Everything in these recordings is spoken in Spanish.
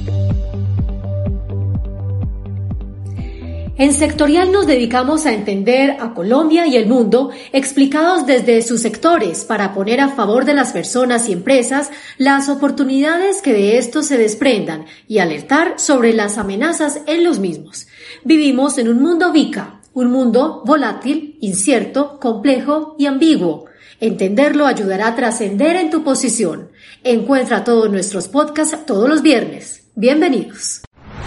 En Sectorial nos dedicamos a entender a Colombia y el mundo explicados desde sus sectores para poner a favor de las personas y empresas las oportunidades que de estos se desprendan y alertar sobre las amenazas en los mismos. Vivimos en un mundo VICA, un mundo volátil, incierto, complejo y ambiguo. Entenderlo ayudará a trascender en tu posición. Encuentra todos nuestros podcasts todos los viernes. Bienvenidos.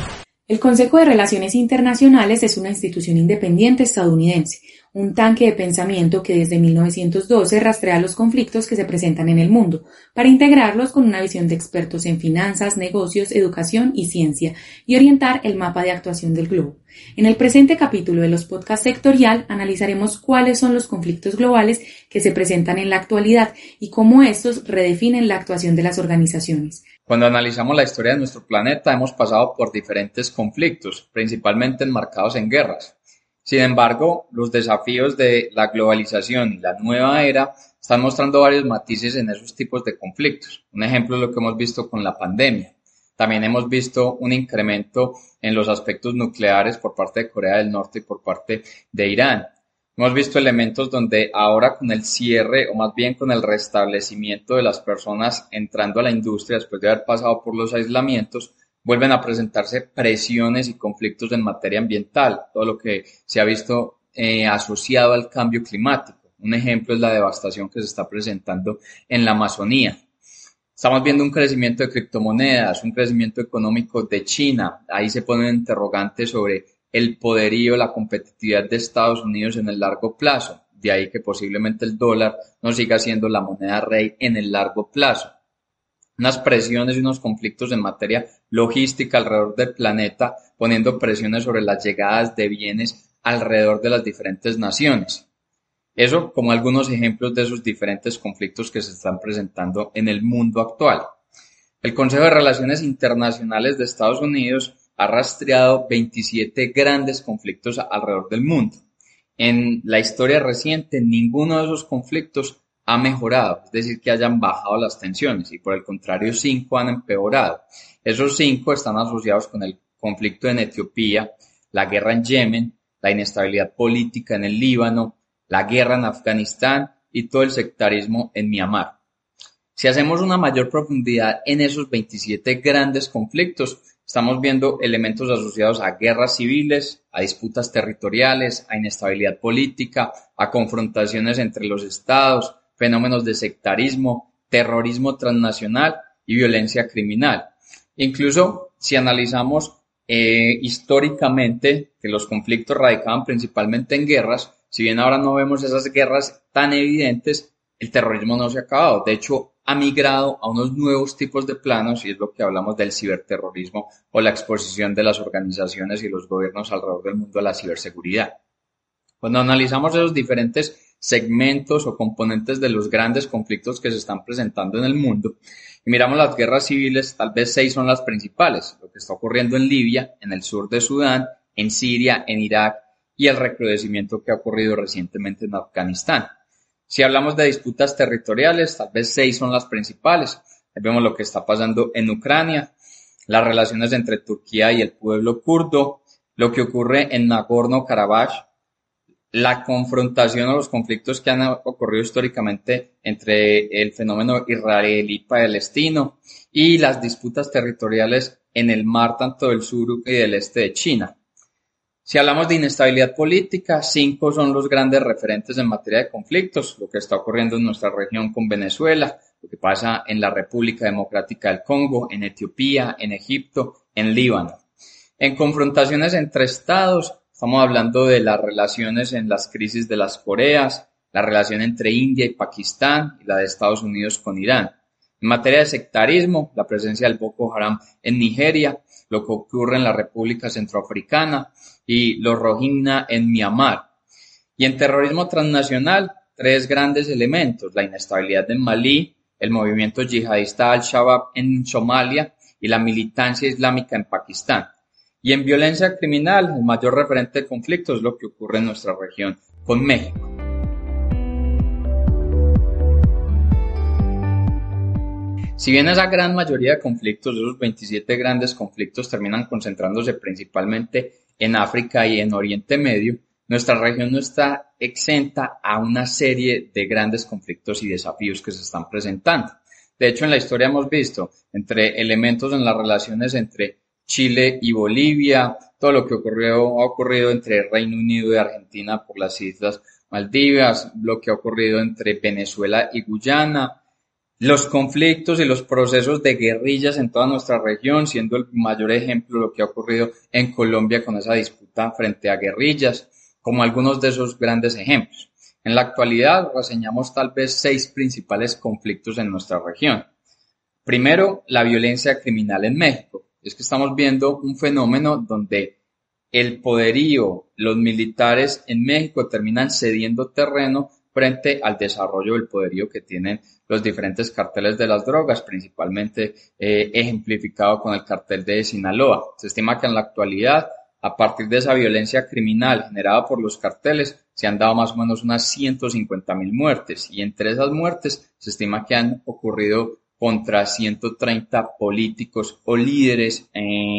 El Consejo de Relaciones Internacionales es una institución independiente estadounidense, un tanque de pensamiento que desde 1912 rastrea los conflictos que se presentan en el mundo, para integrarlos con una visión de expertos en finanzas, negocios, educación y ciencia, y orientar el mapa de actuación del globo. En el presente capítulo de los podcasts Sectorial analizaremos cuáles son los conflictos globales que se presentan en la actualidad y cómo estos redefinen la actuación de las organizaciones. Cuando analizamos la historia de nuestro planeta, hemos pasado por diferentes conflictos, principalmente enmarcados en guerras. Sin embargo, los desafíos de la globalización y la nueva era están mostrando varios matices en esos tipos de conflictos. Un ejemplo es lo que hemos visto con la pandemia. También hemos visto un incremento en los aspectos nucleares por parte de Corea del Norte y por parte de Irán. Hemos visto elementos donde ahora con el cierre o más bien con el restablecimiento de las personas entrando a la industria después de haber pasado por los aislamientos, vuelven a presentarse presiones y conflictos en materia ambiental, todo lo que se ha visto asociado al cambio climático. Un ejemplo es la devastación que se está presentando en la Amazonía. Estamos viendo un crecimiento de criptomonedas, un crecimiento económico de China. Ahí se ponen interrogantes sobre el poderío, la competitividad de Estados Unidos en el largo plazo. De ahí que posiblemente el dólar no siga siendo la moneda rey en el largo plazo. Unas presiones y unos conflictos en materia logística alrededor del planeta, poniendo presiones sobre las llegadas de bienes alrededor de las diferentes naciones. Eso como algunos ejemplos de esos diferentes conflictos que se están presentando en el mundo actual. El Consejo de Relaciones Internacionales de Estados Unidos ha rastreado 27 grandes conflictos alrededor del mundo. En la historia reciente, ninguno de esos conflictos ha mejorado, es decir, que hayan bajado las tensiones, y por el contrario, 5 han empeorado. Esos 5 están asociados con el conflicto en Etiopía, la guerra en Yemen, la inestabilidad política en el Líbano, la guerra en Afganistán y todo el sectarismo en Myanmar. Si hacemos una mayor profundidad en esos 27 grandes conflictos, estamos viendo elementos asociados a guerras civiles, a disputas territoriales, a inestabilidad política, a confrontaciones entre los estados, fenómenos de sectarismo, terrorismo transnacional y violencia criminal. Incluso si analizamos históricamente que los conflictos radicaban principalmente en guerras, si bien ahora no vemos esas guerras tan evidentes, el terrorismo no se ha acabado. De hecho, ha migrado a unos nuevos tipos de planos y es lo que hablamos del ciberterrorismo o la exposición de las organizaciones y los gobiernos alrededor del mundo a la ciberseguridad. Cuando analizamos esos diferentes segmentos o componentes de los grandes conflictos que se están presentando en el mundo y miramos las guerras civiles, tal vez 6 son las principales: lo que está ocurriendo en Libia, en el sur de Sudán, en Siria, en Irak y el recrudecimiento que ha ocurrido recientemente en Afganistán. Si hablamos de disputas territoriales, tal vez 6 son las principales. Ahí vemos lo que está pasando en Ucrania, las relaciones entre Turquía y el pueblo kurdo, lo que ocurre en Nagorno-Karabaj, la confrontación o los conflictos que han ocurrido históricamente entre el fenómeno israelí-palestino y las disputas territoriales en el mar tanto del sur y del este de China. Si hablamos de inestabilidad política, 5 son los grandes referentes en materia de conflictos: lo que está ocurriendo en nuestra región con Venezuela, lo que pasa en la República Democrática del Congo, en Etiopía, en Egipto, en Líbano. En confrontaciones entre estados, estamos hablando de las relaciones en las crisis de las Coreas, la relación entre India y Pakistán y la de Estados Unidos con Irán. En materia de sectarismo, la presencia del Boko Haram en Nigeria, lo que ocurre en la República Centroafricana y los Rohingya en Myanmar. Y en terrorismo transnacional, 3 grandes elementos: la inestabilidad en Malí, el movimiento yihadista Al-Shabaab en Somalia y la militancia islámica en Pakistán. Y en violencia criminal, el mayor referente de conflicto es lo que ocurre en nuestra región con México. Si bien esa gran mayoría de conflictos, esos 27 grandes conflictos, terminan concentrándose principalmente en África y en Oriente Medio, nuestra región no está exenta a una serie de grandes conflictos y desafíos que se están presentando. De hecho, en la historia hemos visto entre elementos en las relaciones entre Chile y Bolivia, todo lo que ha ocurrido entre el Reino Unido y Argentina por las Islas Maldivas, lo que ha ocurrido entre Venezuela y Guyana, los conflictos y los procesos de guerrillas en toda nuestra región, siendo el mayor ejemplo lo que ha ocurrido en Colombia con esa disputa frente a guerrillas, como algunos de esos grandes ejemplos. En la actualidad reseñamos tal vez 6 principales conflictos en nuestra región. Primero, la violencia criminal en México. Es que estamos viendo un fenómeno donde el poderío, los militares en México terminan cediendo terreno frente al desarrollo del poderío que tienen los diferentes carteles de las drogas, principalmente ejemplificado con el cartel de Sinaloa. Se estima que en la actualidad, a partir de esa violencia criminal generada por los carteles, se han dado más o menos unas 150,000 muertes, y entre esas muertes se estima que han ocurrido contra 130 políticos o líderes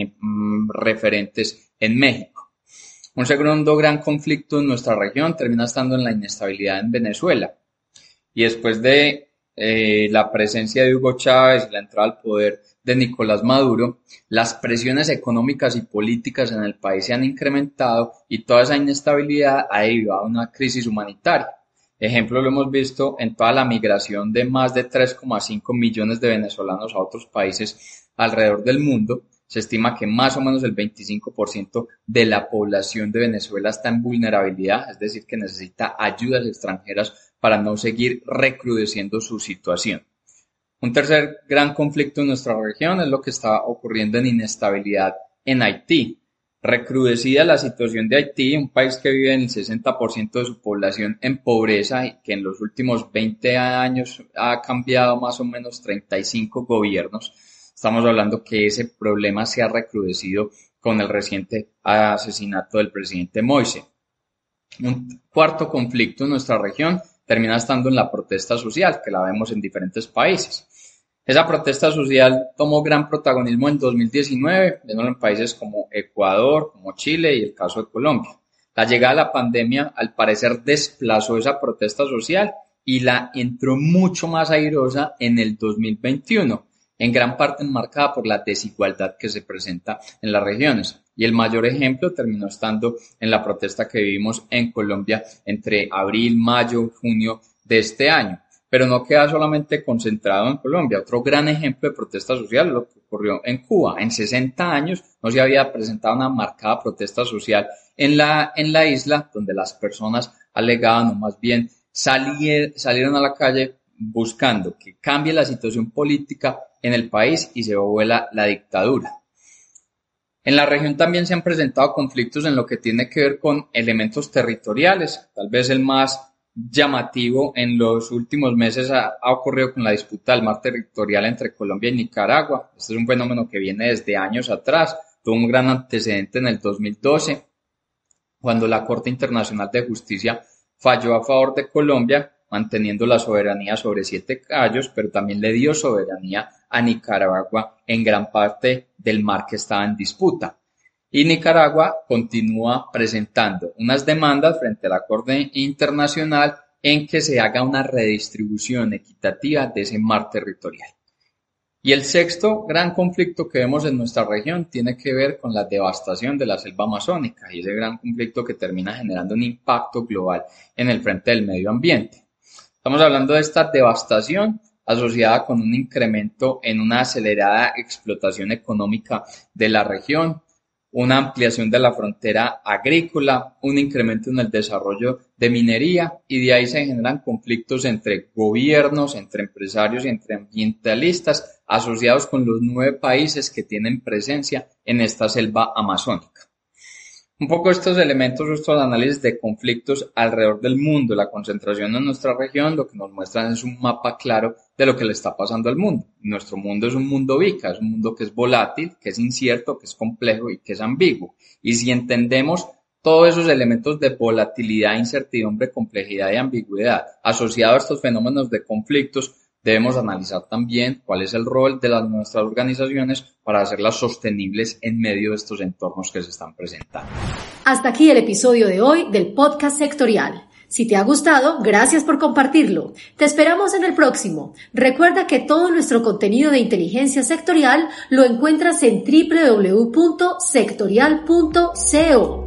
referentes en México. Un segundo gran conflicto en nuestra región termina estando en la inestabilidad en Venezuela. Y después de la presencia de Hugo Chávez y la entrada al poder de Nicolás Maduro, las presiones económicas y políticas en el país se han incrementado y toda esa inestabilidad ha derivado a una crisis humanitaria. Ejemplo lo hemos visto en toda la migración de más de 3,5 millones de venezolanos a otros países alrededor del mundo. Se estima que más o menos el 25% de la población de Venezuela está en vulnerabilidad, es decir, que necesita ayudas extranjeras para no seguir recrudeciendo su situación. Un tercer gran conflicto en nuestra región es lo que está ocurriendo en inestabilidad en Haití. Recrudecida la situación de Haití, un país que vive en el 60% de su población en pobreza y que en los últimos 20 años ha cambiado más o menos 35 gobiernos. Estamos hablando que ese problema se ha recrudecido con el reciente asesinato del presidente Moise. Un cuarto conflicto en nuestra región termina estando en la protesta social, que la vemos en diferentes países. Esa protesta social tomó gran protagonismo en 2019, viéndolo en países como Ecuador, como Chile y el caso de Colombia. La llegada de la pandemia, al parecer, desplazó esa protesta social y la entró mucho más airosa en el 2021, en gran parte enmarcada por la desigualdad que se presenta en las regiones. Y el mayor ejemplo terminó estando en la protesta que vivimos en Colombia entre abril, mayo, junio de este año. Pero no queda solamente concentrado en Colombia. Otro gran ejemplo de protesta social lo que ocurrió en Cuba. En 60 años no se había presentado una marcada protesta social en la isla, donde las personas alegaban, o más bien salieron a la calle buscando que cambie la situación política en el país y se vuelva la dictadura. En la región también se han presentado conflictos en lo que tiene que ver con elementos territoriales. Tal vez el más llamativo en los últimos meses ha ocurrido con la disputa del mar territorial entre Colombia y Nicaragua. Este es un fenómeno que viene desde años atrás. Tuvo un gran antecedente en el 2012, cuando la Corte Internacional de Justicia falló a favor de Colombia, manteniendo la soberanía sobre 7 cayos, pero también le dio soberanía a Nicaragua en gran parte del mar que estaba en disputa. Y Nicaragua continúa presentando unas demandas frente a la Corte Internacional en que se haga una redistribución equitativa de ese mar territorial. Y el sexto gran conflicto que vemos en nuestra región tiene que ver con la devastación de la selva amazónica y ese gran conflicto que termina generando un impacto global en el frente del medio ambiente. Estamos hablando de esta devastación asociada con un incremento en una acelerada explotación económica de la región, una ampliación de la frontera agrícola, un incremento en el desarrollo de minería y de ahí se generan conflictos entre gobiernos, entre empresarios y entre ambientalistas asociados con los 9 países que tienen presencia en esta selva amazónica. Un poco estos elementos, estos análisis de conflictos alrededor del mundo, la concentración en nuestra región, lo que nos muestran es un mapa claro de lo que le está pasando al mundo. Nuestro mundo es un mundo VICA, es un mundo que es volátil, que es incierto, que es complejo y que es ambiguo. Y si entendemos todos esos elementos de volatilidad, incertidumbre, complejidad y ambigüedad asociados a estos fenómenos de conflictos, Debemos analizar también cuál es el rol de nuestras organizaciones para hacerlas sostenibles en medio de estos entornos que se están presentando. Hasta aquí el episodio de hoy del podcast sectorial. Si te ha gustado, gracias por compartirlo. Te esperamos en el próximo. Recuerda que todo nuestro contenido de inteligencia sectorial lo encuentras en www.sectorial.co.